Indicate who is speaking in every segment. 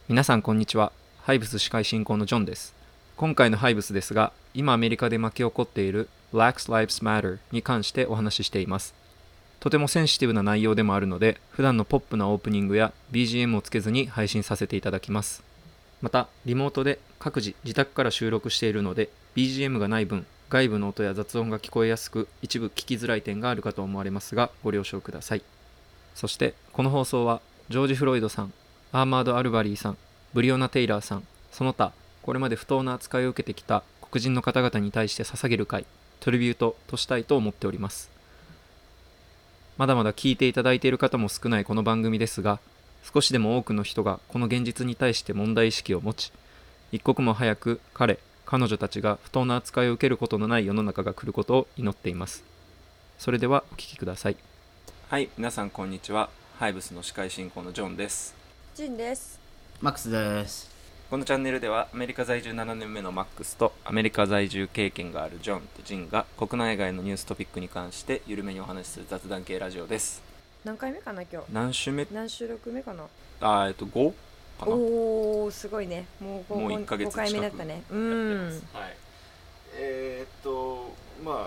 Speaker 1: 皆さんこんにちは。ハイブス司会進行のジョンです。今回のハイブスですが、今アメリカで巻き起こっている Black Lives Matter に関してお話ししています。とてもセンシティブな内容でもあるので、普段のポップなオープニングや BGM をつけずに配信させていただきます。また、リモートで各自自宅から収録しているので、BGM がない分、外部の音や雑音が聞こえやすく、一部聞きづらい点があるかと思われますが、ご了承ください。そして、この放送は、ジョージ・フロイドさん、アーマード・アルバリーさん、ブリオナ・テイラーさん、その他、これまで不当な扱いを受けてきた黒人の方々に対して捧げる会、トリビュートとしたいと思っております。まだまだ聞いていただいている方も少ないこの番組ですが、少しでも多くの人がこの現実に対して問題意識を持ち、一刻も早く彼女たちが不当な扱いを受けることのない世の中が来ることを祈っています。それではお聞きください。はい、皆さんこんにちは。ハイブスの司会進行のジョンです。
Speaker 2: ジンです。
Speaker 3: マックスです。
Speaker 1: このチャンネルではアメリカ在住7年目のマックスとアメリカ在住経験があるジョンとジンが国内外のニューストピックに関して緩めにお話しする雑談系ラジオです。
Speaker 2: 何回目かな今日。
Speaker 1: 何週目？
Speaker 2: 何収録目かな。
Speaker 1: 5かな。
Speaker 2: おーすごいね。もう
Speaker 1: 1ヶ月
Speaker 2: 5回目だったね。はい 。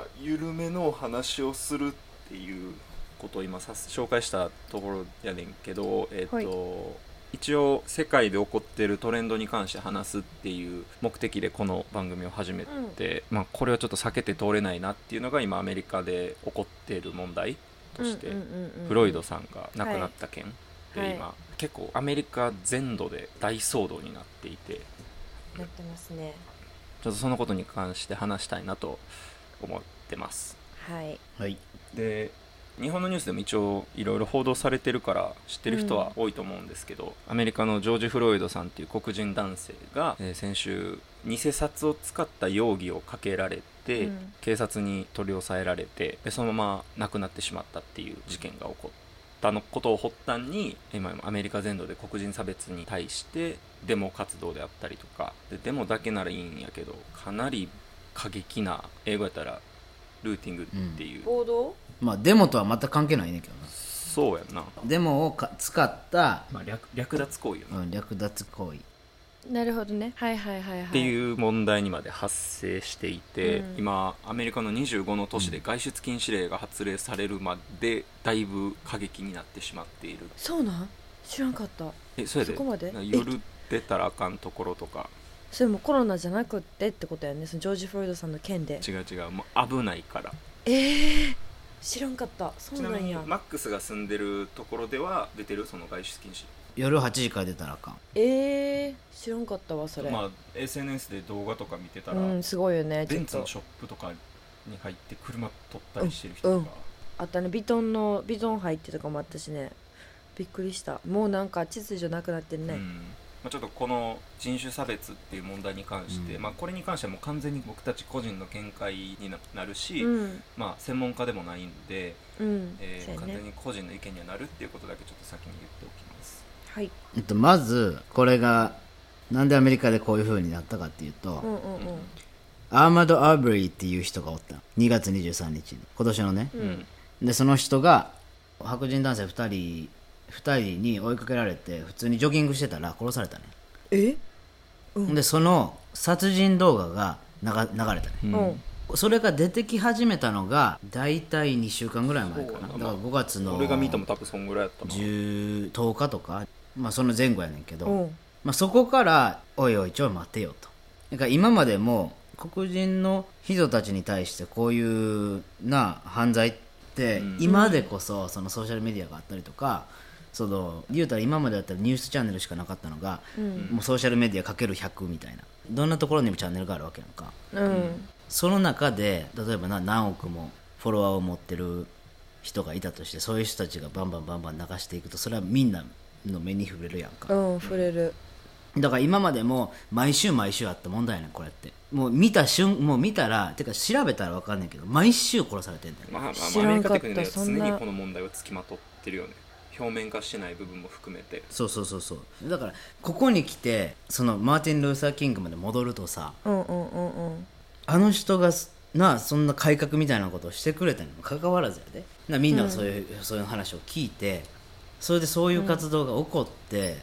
Speaker 1: 緩めのお話をするっていうことを今紹介したところやねんけど、
Speaker 2: はい、
Speaker 1: 一応世界で起こっているトレンドに関して話すっていう目的でこの番組を始めて、これはちょっと避けて通れないなっていうのが今アメリカで起こっている問題として、フロイドさんが亡くなった件で今、結構アメリカ全土で大騒動になっていて、
Speaker 2: なってますね。
Speaker 1: ちょっとそのことに関して話したいなと思ってます。
Speaker 2: はい。
Speaker 1: で、日本のニュースでも一応いろいろ報道されてるから知ってる人は多いと思うんですけど、アメリカのジョージ・フロイドさんっていう黒人男性が、先週偽札を使った容疑をかけられて、警察に取り押さえられて、でそのまま亡くなってしまったっていう事件が起こったのことを発端に、今アメリカ全土で黒人差別に対してデモ活動であったりとかで、デモだけならいいんやけどかなり過激な、英語やったらルーティングっていう、
Speaker 2: 暴動？
Speaker 3: デモとは全く関係ないねんけどな。
Speaker 1: そうやんな。
Speaker 3: デモを使った、
Speaker 1: 略奪行為よな、
Speaker 3: 略奪行為。
Speaker 2: なるほどね。はい
Speaker 1: っていう問題にまで発生していて、今アメリカの25の都市で外出禁止令が発令されるまでだいぶ過激になってしまっている。
Speaker 2: そうなん？知らんかった。
Speaker 1: それで
Speaker 2: そこまで？
Speaker 1: 夜出たらあかんところとか。
Speaker 2: それもコロナじゃなくってってことやね。そのジョージ・フロイドさんの件で。
Speaker 1: 違う、もう危ないから。
Speaker 2: 知らんかった。そうなんや。
Speaker 1: ちなみにマックスが住んでるところでは出てる？その外出禁止。
Speaker 3: 夜8時から出たらあかん。
Speaker 2: 知らんかったわそれ。
Speaker 1: SNS で動画とか見てたら、
Speaker 2: すごいよね。
Speaker 1: ベンツのショップとかに入って車取ったりしてる人とか、
Speaker 2: あったね。ビトン入ってとかもあったしね。びっくりした。もうなんか秩序なくなってるね。
Speaker 1: ちょっとこの人種差別っていう問題に関して、これに関してはもう完全に僕たち個人の見解になるし、専門家でもないんで、完全に個人の意見にはなるっていうことだけちょっと先に言っておきます。
Speaker 2: はい。
Speaker 3: まずこれがなんでアメリカでこういう風になったかっていうと、アーマード・アーブリーっていう人がおった。2月23日に今年のね、でその人が白人男性2人に追いかけられて普通にジョギングしてたら殺されたね。でその殺人動画が流れたね、それが出てき始めたのがだいたい2週間ぐらい前かな。だから5月の
Speaker 1: 俺が見たも多分そんぐらいやったな。
Speaker 3: 10日とか、その前後やねんけど、そこからおいおいちょい待てよと。だから今までも黒人の人たちに対してこういう犯罪って今でこそそのソーシャルメディアがあったりとか、言うたら今までだったらニュースチャンネルしかなかったのが、もうソーシャルメディアかける100みたいな、どんなところにもチャンネルがあるわけやんか。その中で例えば何億もフォロワーを持ってる人がいたとして、そういう人たちがバンバン流していくと、それはみんなの目に触れるやんか。
Speaker 2: 触れる。
Speaker 3: だから今までも毎週あった問題やねんこれって。もう見たらてか調べたら分かんないけど、毎週殺されてんねん。
Speaker 1: アメリカ的には常にこの問題はつきまとってるよね。表面化してない部分も含めて。
Speaker 3: そうだからここに来てそのマーティン・ルーサー・キングまで戻るとさ、あの人がそんな改革みたいなことをしてくれたにもかかわらずやで、みんながそういう話を聞いて、それでそういう活動が起こって、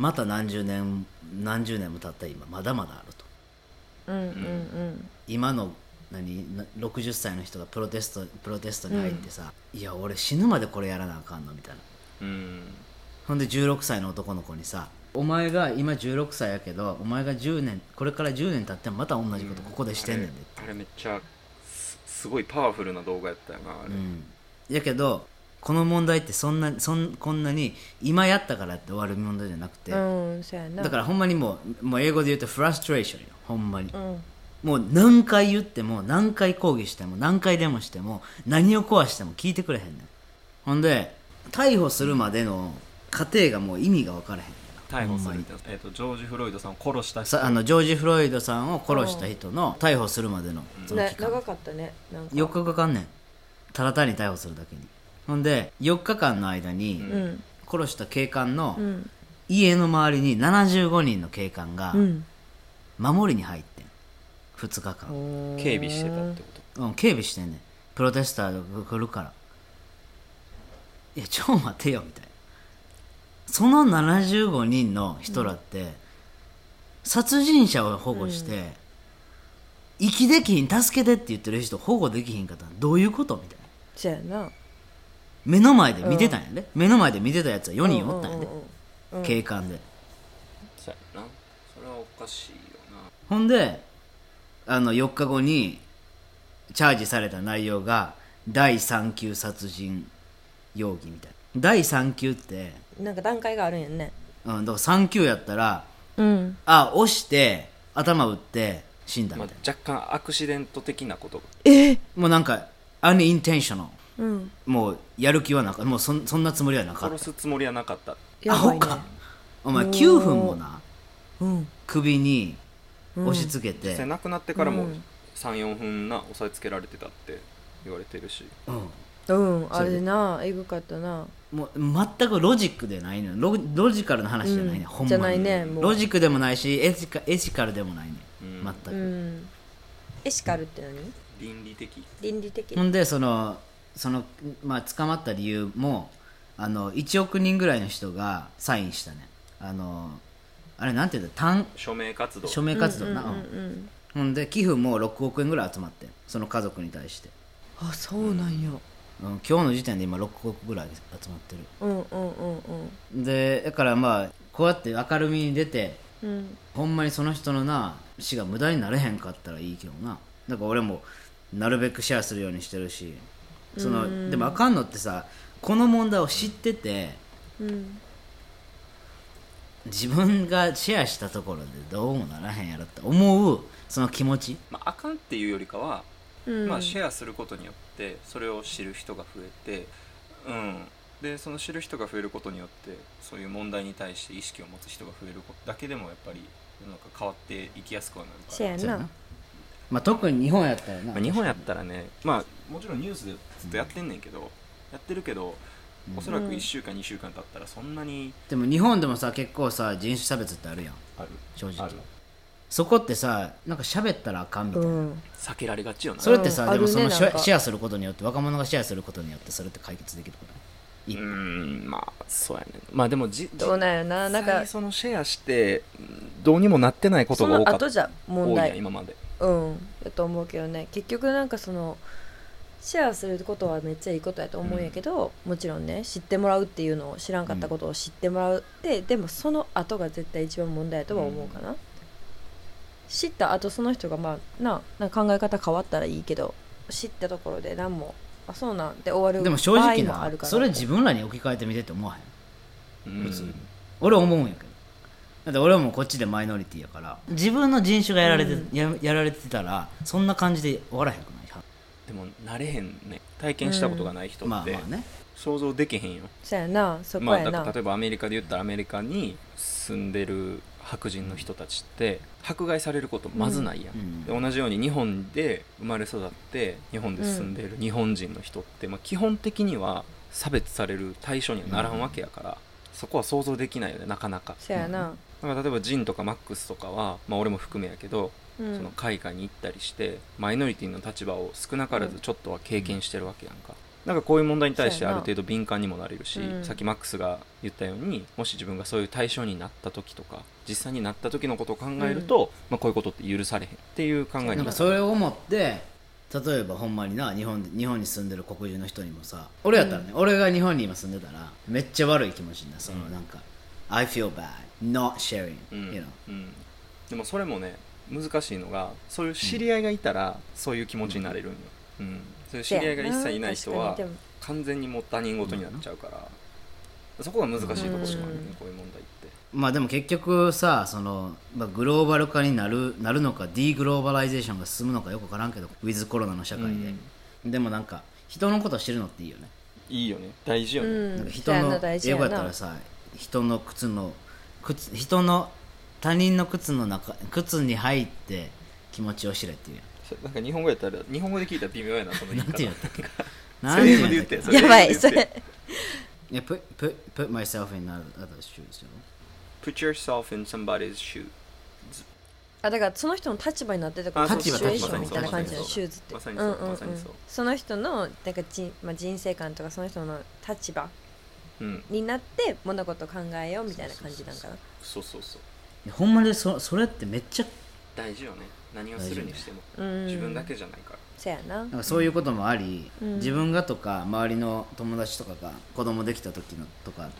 Speaker 3: また何十年も経った今まだまだあると。今の60歳の人がプロテストに入ってさ、いや俺死ぬまでこれやらなあかんのみたいな、ほんで16歳の男の子にさ、お前が今16歳やけどお前がこれから10年経ってもまた同じことここでしてんねんでって、
Speaker 1: あれめっちゃすごいパワフルな動画やったよなあれ、
Speaker 3: やけどこの問題ってこんなに今やったからって終わる問題じゃなくて、
Speaker 2: そうやな。
Speaker 3: だからほんまにもう英語で言うとフラストレーションよ、ほんまに、もう何回言っても何回抗議しても何回デモしても何を壊しても聞いてくれへんねん。ほんで逮捕するまでの過程がもう意味が分からへん。
Speaker 1: 逮捕するって、ジョージ・フロイドさんを殺した人、
Speaker 3: ジョージ・フロイドさんを殺した人の逮捕するまでのその期間、
Speaker 2: 長かったね。なんか
Speaker 3: 4日かかんねん、ただ単に逮捕するだけに。ほんで4日間の間に殺した警官の家の周りに75人の警官が守りに入ってん、2日間
Speaker 1: 警備してたってこ
Speaker 3: 警備してんねん。プロテスターが来るから。いやちょ待てよみたいな。その75人の人らって、殺人者を保護して、息できひん助けてって言ってる人保護できひんかったらどういうことみたいな。
Speaker 2: そうやな。
Speaker 3: 目の前で見てたんやで、目の前で見てたやつは4人おったんやで、警官で。
Speaker 1: そうやな、それはおかしいよな。
Speaker 3: ほんで4日後にチャージされた内容が第3級殺人容疑みたいな。第3級って
Speaker 2: なんか段階があるんやね。
Speaker 3: だから3級やったら、押して頭打って死んだみたいな、
Speaker 1: 若干アクシデント的なこと
Speaker 3: もうなんかアンインテンショナル、もうやる気はなかった、もうそんなつもりはなかった、
Speaker 1: 殺すつもりはなかった。
Speaker 2: やばいね。
Speaker 3: アホかお前9分もな、首に押し付けて、
Speaker 1: 実際亡くなってからも 3,4 分な押さえつけられてたって言われてるし、
Speaker 2: あれな、エグかったな。
Speaker 3: もう全くロジックでないのよ。ロジカルな話じゃないね、ほんまに
Speaker 2: じゃないね。もう
Speaker 3: ロジックでもないしエシカルでもないね、全く、
Speaker 2: エシカルって何？
Speaker 1: 倫理的。
Speaker 2: 倫理的。
Speaker 3: ほんでまあ捕まった理由も1億人ぐらいの人がサインしたね。あれなんていうんだ、
Speaker 1: 署名活動
Speaker 3: な、ほんで寄付も6億円ぐらい集まって、その家族に対して。
Speaker 2: あ、そうなんや。
Speaker 3: 今日の時点で今6億ぐらい集まってる。でだからまあこうやって明るみに出て、ほんまにその人の死が無駄になれへんかったらいいけどな。だから俺もなるべくシェアするようにしてるし、でもあかんのってさ、この問題を知ってて、自分がシェアしたところでどうもならへんやろって思うその気持ち、
Speaker 1: あかんっていうよりかは、シェアすることによってそれを知る人が増えて、でその知る人が増えることによってそういう問題に対して意識を持つ人が増えることだけでもやっぱり世の中変わっていきやすくはなるから。
Speaker 2: そうやな。
Speaker 3: 特に日本やったらな、
Speaker 1: 日本やったらね、もちろんニュースでずっとやってんねんけど、やってるけど、おそらく1週間2週間経ったらそんなに。
Speaker 3: でも日本でもさ結構さ人種差別ってあるやん。
Speaker 1: ある、
Speaker 3: 正直
Speaker 1: ある。
Speaker 3: そこってさなんか喋ったらあかんみたいな、
Speaker 1: 避けられがちよな。
Speaker 3: それってさ、でもそのシ
Speaker 2: あるね、
Speaker 3: ェアすることによって、若者がシェアすることによってそれって解決できることない。
Speaker 1: そうやね。でも
Speaker 2: どうなんやな、なんか
Speaker 1: そのシェアしてどうにもなってないことが多かった。
Speaker 2: その後じゃ問題
Speaker 1: 多いや今まで。
Speaker 2: やと思うけどね。結局なんかシェアすることはめっちゃいいことやと思うんやけど、もちろんね知ってもらうっていうのを、知らんかったことを知ってもらうでもその後が絶対一番問題やとは思うかな。知った後その人がなんか考え方変わったらいいけど、知ったところで何もそうなんて終わる
Speaker 3: でも正
Speaker 2: 場合
Speaker 3: 直
Speaker 2: もあるから。
Speaker 3: それ自分らに置き換えてみてって思わへん、普通に俺思うんやけど。だって俺もこっちでマイノリティやから、自分の人種がやられてたらそんな感じで終わらへんくない？
Speaker 1: でもなれへんね。体験したことがない人って、想像できへんよ。
Speaker 2: そうやな、そこやな。
Speaker 1: 例えばアメリカで言ったら、アメリカに住んでる白人の人たちって迫害されることまずないやん、で同じように日本で生まれ育って日本で住んでいる日本人の人って、基本的には差別される対象にはならんわけやから、そこは想像できないよね、なかなか。
Speaker 2: そうやな。
Speaker 1: だから例えばジンとかマックスとかは、俺も含めやけど、その海外に行ったりしてマイノリティの立場を少なからずちょっとは経験してるわけやんか、 なんかこういう問題に対してある程度敏感にもなれるし、
Speaker 2: うん
Speaker 1: さっきマックスが言ったようにもし自分がそういう対象になった時とか実際になった時のことを考えると、まあ、こういうことって許されへんっていう考えになる。
Speaker 3: なんかそれを思って例えばほんまにな日本に住んでる黒人の人にもさ俺やったらね、俺が日本に今住んでたらめっちゃ悪い気持ちになるそのなんか、I feel bad not sharing、you know、
Speaker 1: でもそれもね難しいのがそういう知り合いがいたらそういう気持ちになれるんよ、そういう知り合いが一切いない人は完全にもう他人事になっちゃうから、そこが難しいところでもあるね、こういう問題って。
Speaker 3: まあでも結局さその、まあ、グローバル化になるのかディグローバライゼーションが進むのかよく分からんけどウィズコロナの社会で、でもなんか人のことを知るのっていいよね。
Speaker 1: いいよね、大事よね、
Speaker 3: なんか人の英語やったらさ人の他人の靴に入って気持ちを知れっていうやん。
Speaker 1: なんか日本語やったら日本語で聞いたら微妙やなその言い方。
Speaker 3: なんて言ったっけ
Speaker 1: なんて言ったっけ
Speaker 2: やばいそれ
Speaker 3: put myself in other shoes
Speaker 1: Put yourself in somebody's shoes。
Speaker 2: だからその人の立場になってたからシチュエーションみたいな感じのシューズって
Speaker 1: まさにそう、まさにそう。
Speaker 2: その人のなんか人生観とかその人の立場になって物事を考えようみたいな感じなんかな。
Speaker 1: そうそうそう、
Speaker 3: ほんまにそれってめっちゃ
Speaker 1: 大事よね。何をするにしても自分だけじゃないから。
Speaker 2: そうやな。
Speaker 3: なんかそういうこともあり、自分がとか周りの友達とかが子供できた時のとかって、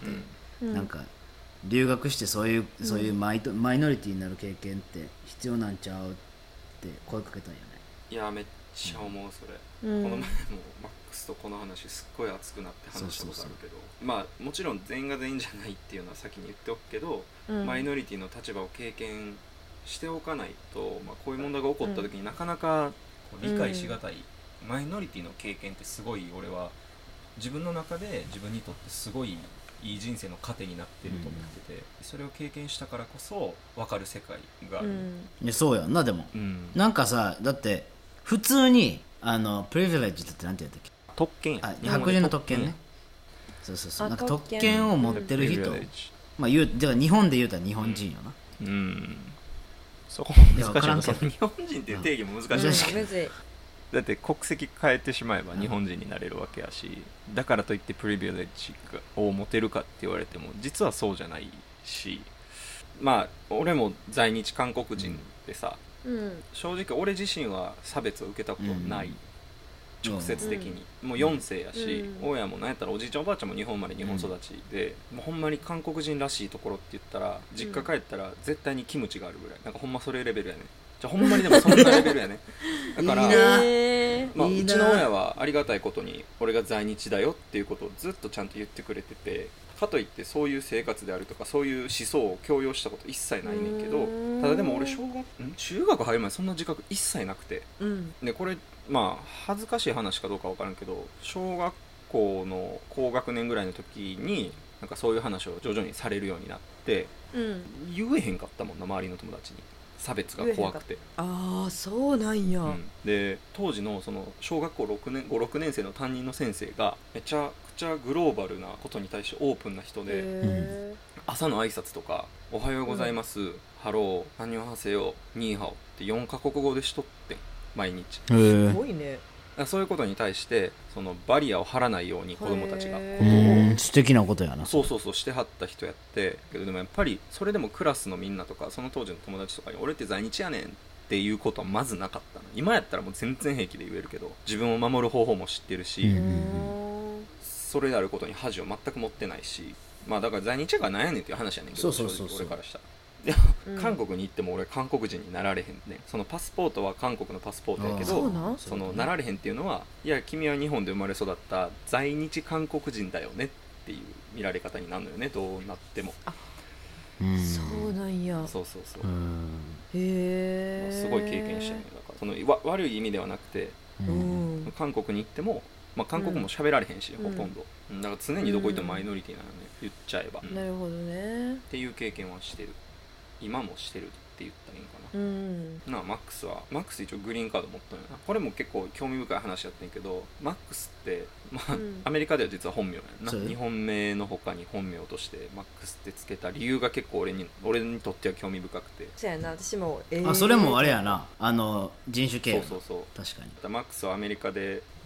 Speaker 3: なんか留学してそういうマイノリティになる経験って必要なんちゃうって声かけたんよね。
Speaker 1: いやめっちゃ思うそれ、この前もマックスとこの話すっごい熱くなって話したことあるけど、まあもちろん全員が全員じゃないっていうのは先に言っておくけど、マイノリティの立場を経験しておかないと、まあ、こういう問題が起こった時になかなか理解しがたい、マイノリティの経験ってすごい俺は自分の中で自分にとってすごいいい人生の糧になってると思ってて、それを経験したからこそ分かる世界がある、
Speaker 3: いやそうやんな。でも、なんかさだって普通にプリヴィレッジってなんて言ったっけ、
Speaker 1: 特権や、
Speaker 3: 白人の特権ね、そうなんか特権を持ってる人、まあだから日本で言うたら日本人よな、
Speaker 1: そこ難しいな。その日本人っていう定義も難しい、だって国籍変えてしまえば日本人になれるわけやし、だからといってプリビレッジを持てるかって言われても実はそうじゃないし、まあ俺も在日韓国人でさ、正直俺自身は差別を受けたことない、直接的に、もう4世やし、親もなんやったらおじいちゃんおばあちゃんも日本生まれ日本育ちで、もうほんまに韓国人らしいところって言ったら実家帰ったら絶対にキムチがあるぐらい、なんかほんまそれレベルやね。じゃあほんまにでもそんなレベルやね。だからまあ、うちの親はありがたいことに俺が在日だよっていうことをずっとちゃんと言ってくれてて、かといってそういう生活であるとかそういう思想を強要したこと一切ないねんけど、ただでも俺中学入る前そんな自覚一切なくて、でこれまあ恥ずかしい話かどうか分からんけど、小学校の高学年ぐらいの時になんかそういう話を徐々にされるようになって、言えへんかったもんな、周りの友達に。差別が怖くて。
Speaker 2: ああそうなんや、
Speaker 1: で当時のその小学校5、6年生の担任の先生がめちゃくちゃグローバルなことに対してオープンな人で、朝の挨拶とかおはようございます、ハロー、アンニョンハセヨ、ニーハオって4カ国語でしとって毎日。
Speaker 2: すごいね。
Speaker 1: そういうことに対してそのバリアを張らないように子どもたちが
Speaker 3: 素敵なことやな。
Speaker 1: そうしてはった人やってけど、でもやっぱりそれでもクラスのみんなとかその当時の友達とかに俺って在日やねんっていうことはまずなかったの。今やったらもう全然平気で言えるけど、自分を守る方法も知ってるし、それであることに恥を全く持ってないし、まあだから在日やからなんやねんっていう話やねんけど、正直俺からしたら。で韓国に行っても俺韓国人になられへんね。そのパスポートは韓国のパスポートやけど、そのなられへんっていうのは、いや君は日本で生まれ育った在日韓国人だよねっていう見られ方になるのよね、どうなっても。
Speaker 2: そうなんや。
Speaker 1: そう
Speaker 2: へえ、
Speaker 1: すごい経験したね。だからその悪い意味ではなくて、韓国に行っても、まあ、韓国も喋られへんし、ほとんどだから常にどこ行ってもマイノリティなのね、言っちゃえば。
Speaker 2: なるほどね。
Speaker 1: っていう経験はしてる。今もしてるって言ったらいいんかな。マックス一応グリーンカード持ったんやな。これも結構興味深い話やってんけど、マックスって、まあアメリカでは実は本名やんな。日本名の他に本名としてマックスってつけた理由が結構俺にとっては興味深くて。
Speaker 2: そうやな、私も
Speaker 3: それもあれやな、人種系やな。
Speaker 1: そう
Speaker 3: 確かに。
Speaker 1: マックスはアメリカで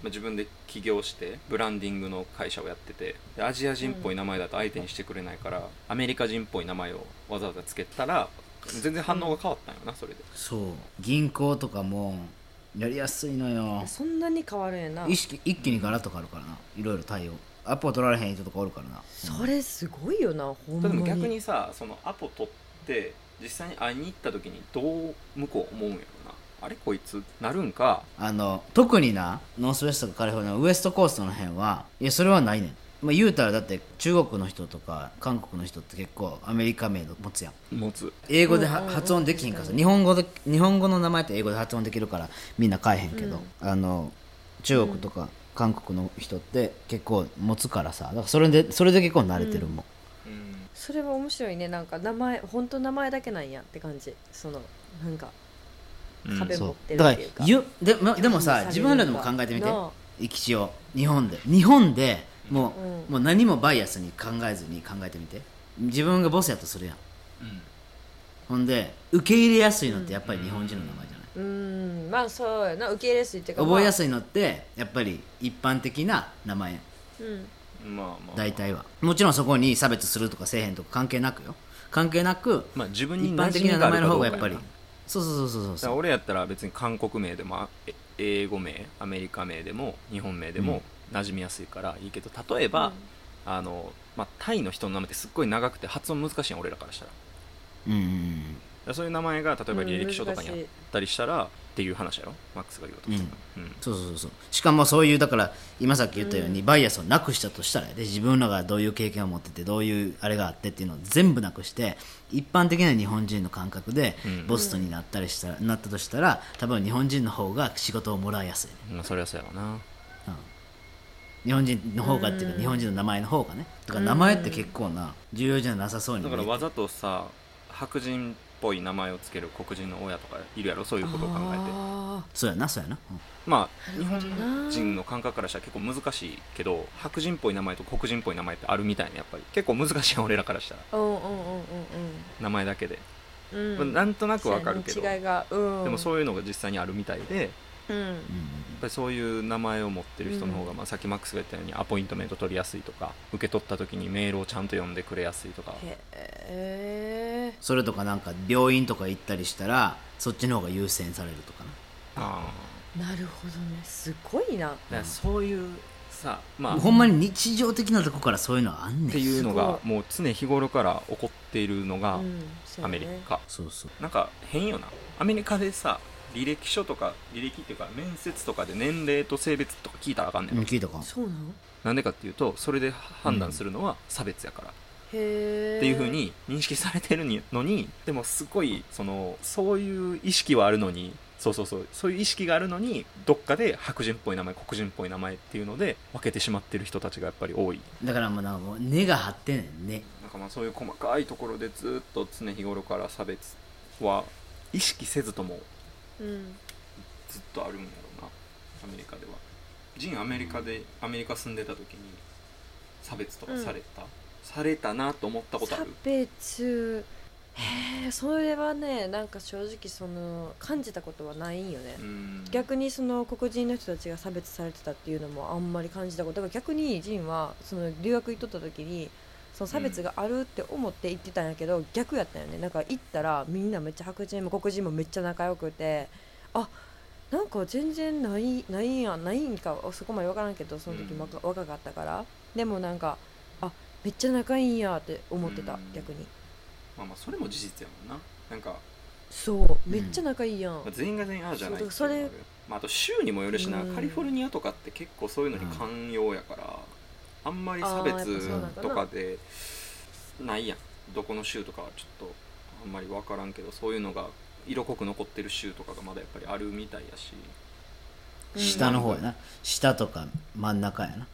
Speaker 1: 自分で起業してブランディングの会社をやってて、でアジア人っぽい名前だと相手にしてくれないから、アメリカ人っぽい名前をわざわざつけたら全然反応が変わったんよな、それで。
Speaker 3: そう銀行とかもやりやすいのよ。
Speaker 2: そんなに変わるんやな。
Speaker 3: 一気にガラッと変わるからな、いろいろ対応。アポ取られへん人とかおるからな。
Speaker 2: それすごいよな、ほんまに。
Speaker 1: でも逆にさ、そのアポ取って実際に会いに行った時にどう向こう思うんやろな。あれこいつなるんか。
Speaker 3: 特になノースウェストとかカリフォルニアウエストコーストの辺はいやそれはないねん。まあ、言うたらだって中国の人とか韓国の人って結構アメリカ名の持つやん。
Speaker 1: 持つ。
Speaker 3: 英語で発音できひんからさ、日本語の名前って英語で発音できるからみんな変えへんけど、中国とか韓国の人って結構持つからさ、だからそれで結構慣れてるもん、
Speaker 2: それは面白いね。なんか名前本当名前だけなんやって感じ。そのなんか壁持ってるっていうか、
Speaker 3: だからでもさ自分らでも考えてみて、一応日本でもう何もバイアスに考えずに考えてみて、自分がボスやとするやん、ほんで受け入れやすいのってやっぱり日本人の名前じゃない、
Speaker 2: まあそうやな、受け入れやすいっていうか
Speaker 3: 覚えやすいのってやっぱり一般的な名前、大体はもちろんそこに差別するとかせえへんとか関係なく
Speaker 1: 自分に
Speaker 3: 一般的な名前の方がやっぱりそう
Speaker 1: 俺やったら別に韓国名でも英語名アメリカ名でも日本名でも馴染みやすいからいいけど、例えば、タイの人の名前ってすっごい長くて発音難しいん俺らからしたら、そういう名前が例えば履歴書とかにあったりしたらっていう話やろ、マックスが言うと、
Speaker 3: そうしかもそういうだから今さっき言ったように、バイアスをなくしたとしたらで自分らがどういう経験を持っててどういうあれがあってっていうのを全部なくして一般的な日本人の感覚でボストンになったとしたら多分日本人の方が仕事をもらいやすい、
Speaker 1: それはそうやわな、
Speaker 3: 日本人の方がっていうか日本人の名前の方がね、だから名前って結構な重要じゃなさそうに
Speaker 1: だからわざとさ白人っぽい名前をつける黒人の親とかいるやろ、そういうことを考えて。
Speaker 3: そうやな、日
Speaker 1: 本人の感覚からしたら結構難しいけど、白人っぽい名前と黒人っぽい名前ってあるみたいな、やっぱり結構難しい俺らからしたら、名前だけで、なんとなくわかるけど、
Speaker 2: 違いが、で
Speaker 1: もそういうのが実際にあるみたいで、やっぱりそういう名前を持ってる人の方が、さっきマックスが言ったようにアポイントメント取りやすいとか、受け取った時にメールをちゃんと読んでくれやすいとか、
Speaker 3: それとかなんか病院とか行ったりしたらそっちの方が優先されるとか
Speaker 2: なるほどね、すごいな。
Speaker 1: だからそういうさ、
Speaker 3: ほんまに日常的なとこからそういうのはあんねん
Speaker 1: っていうのがもう常日頃から起こっているのがアメリカ、なんか変よな。アメリカでさ履歴書とか履歴っていうか面接とかで年齢と性別とか聞いたらあかんねん。
Speaker 3: 聞いたか。
Speaker 2: そうなの？
Speaker 1: なんでかっていうとそれで判断するのは差別やから、っていう風に認識されてるのに、でもすごいそういう意識はあるのに、そういう意識があるのにどっかで白人っぽい名前黒人っぽい名前っていうので分けてしまってる人たちがやっぱり多い。
Speaker 3: だからもう根が張ってんねんね。
Speaker 1: なんかそういう細かいところでずっと常日頃から差別は意識せずともずっとあるんやろうな、アメリカでは。アメリカ住んでた時に差別とかされたなと思ったことある？
Speaker 2: 差別、それはね、なんか正直感じたことはないんよね。逆に黒人の人たちが差別されてたっていうのもあんまり感じたことが、逆にジンは留学行っとった時に差別があるって思って行ってたんやけど、逆やったよね。なんか行ったらみんなめっちゃ白人も黒人もめっちゃ仲良くて、なんか全然ないんかそこまで分からんけど、その時若かったから、でもなんかめっちゃ仲いいんやって思ってた、逆に。
Speaker 1: それも事実やもんな。なんか
Speaker 2: そうめっちゃ仲いいやん、
Speaker 1: 全員が全員ああじゃないっていうのもある。あと州にもよるしな、カリフォルニアとかって結構そういうのに寛容やから、あんまり差別とかでないやん。どこの州とかはちょっとあんまり分からんけど、そういうのが色濃く残ってる州とかがまだやっぱりあるみたいやし、
Speaker 3: 下の方やな、下とか真ん中やな。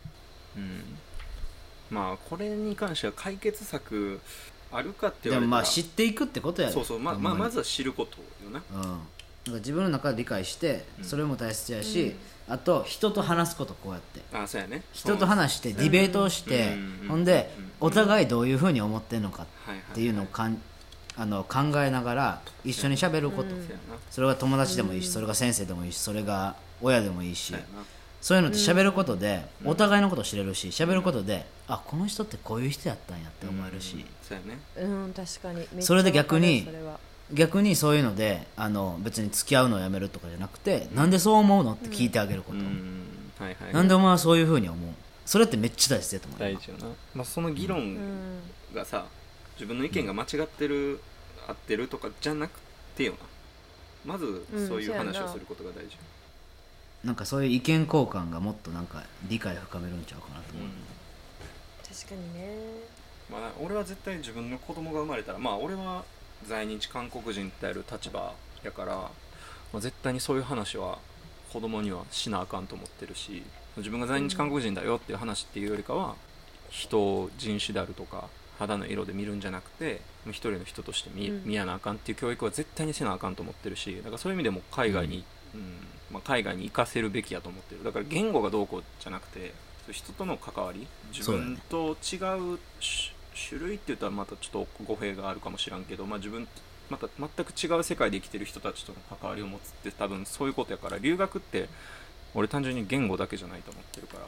Speaker 1: これに関しては解決策あるかって言われたら、
Speaker 3: でも知っていくってことやで。
Speaker 1: まずは知ることよな。
Speaker 3: なんか自分の中で理解して、それも大切やし、あと人と話すこと、こうやって
Speaker 1: そうやね、
Speaker 3: 人と話してディベートをして、ほんでお互いどういうふうに思ってんのかっていうのを考えながら一緒に喋ること、それが友達でもいいし、それが先生でもいいし、それが親でもいいし、 そういうのって喋ることでお互いのことを知れるし、喋ることであこの人ってこういう人やったんやって思えるし、
Speaker 1: そうやね。
Speaker 2: 確かにめっちゃわかる。
Speaker 3: それで逆に
Speaker 2: それは
Speaker 3: 逆にそういうので別に付き合うのをやめるとかじゃなくて、なんでそう思うのって聞いてあげること、
Speaker 1: はいはい、
Speaker 3: なんでお前はそういうふうに思う、それってめっちゃ大事だと思う。
Speaker 1: 大事よな、まあ、その議論がさ、自分の意見が間違ってる、合ってるとかじゃなくてよな、まずそういう話をすることが大事。
Speaker 3: なんかそういう意見交換がもっとなんか理解を深めるんちゃうかなと思う、
Speaker 2: 確かにね。
Speaker 1: まあ、俺は絶対自分の子供が生まれたら、まあ俺は在日韓国人ってやる立場やから、まあ、絶対にそういう話は子供にはしなあかんと思ってるし、自分が在日韓国人だよっていう話っていうよりかは、人を人種であるとか肌の色で見るんじゃなくて、一人の人として 見やなあかんっていう教育は絶対にせなあかんと思ってるし、だからそういう意味でも海外に、海外に行かせるべきやと思ってる。だから言語がどうこうじゃなくて、人との関わり、自分と違う種類って言ったらまたちょっと語弊があるかもしらんけど、まあ、自分また全く違う世界で生きてる人たちとの関わりを持つって多分そういうことやから、留学って俺単純に言語だけじゃないと思ってるから、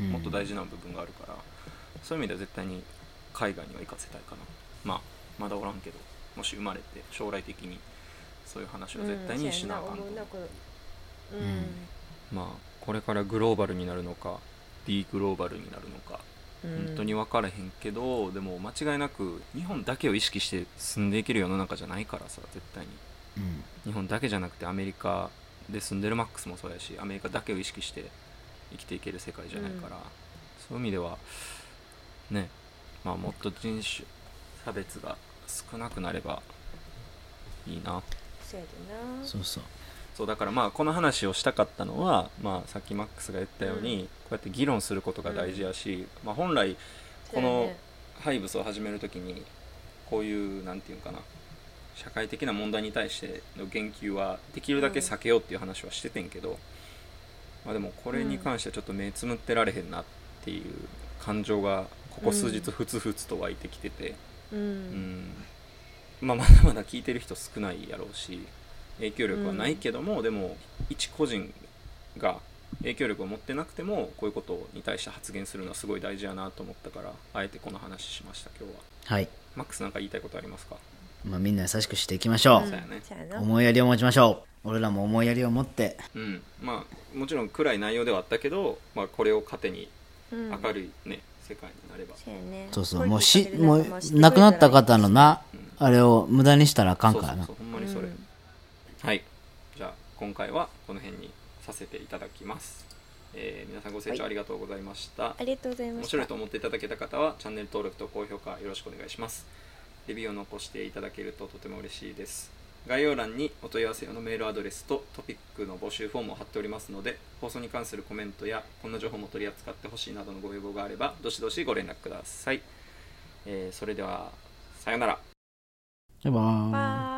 Speaker 1: もっと大事な部分があるから、そういう意味では絶対に海外には行かせたいかな。まあまだおらんけど、もし生まれて将来的にそういう話を絶対にしなあかんと思う。まあこれからグローバルになるのかディーグローバルになるのか本当に分からへんけど、でも間違いなく日本だけを意識して住んでいける世の中じゃないからさ、絶対に、日本だけじゃなくてアメリカで住んでるマックスもそうやし、アメリカだけを意識して生きていける世界じゃないから、そういう意味ではね、まあ、もっと人種差別が少なくなればいいな。
Speaker 2: そうやでな。
Speaker 3: そうそう
Speaker 1: そうだからまあこの話をしたかったのは、まあ、さっきマックスが言ったように、こうやって議論することが大事やし、まあ、本来このハイブスを始めるときにこういうなんていうかな、社会的な問題に対しての言及はできるだけ避けようっていう話はしててんけど、まあ、でもこれに関してはちょっと目つむってられへんなっていう感情がここ数日ふつふつと湧いてきてて、まあ、まだまだ聞いてる人少ないやろうし影響力はないけども、でも一個人が影響力を持ってなくてもこういうことに対して発言するのはすごい大事やなと思ったから、あえてこの話しました今日は。
Speaker 3: はい。
Speaker 1: マックスなんか言いたいことありますか？
Speaker 3: まあみんな優しくしていきましょう、
Speaker 1: そうやね、
Speaker 3: 思いやりを持ちましょう。俺らも思いやりを持って、
Speaker 1: まあもちろん暗い内容ではあったけど、まあ、これを糧に明るいね、世界になれば。
Speaker 3: そうそう、もう亡くなった方のな、あれを無駄にしたらあかんからな。
Speaker 1: そうほんまにそれ、はい。じゃあ今回はこの辺にさせていただきます。皆さんご清聴ありがとうございました、
Speaker 2: ありがとうございました。
Speaker 1: 面白いと思っていただけた方はチャンネル登録と高評価よろしくお願いします。レビューを残していただけるととても嬉しいです。概要欄にお問い合わせ用のメールアドレスとトピックの募集フォームを貼っておりますので、放送に関するコメントやこんな情報も取り扱ってほしいなどのご要望があればどしどしご連絡ください。それではさようなら。
Speaker 3: バイバーイ。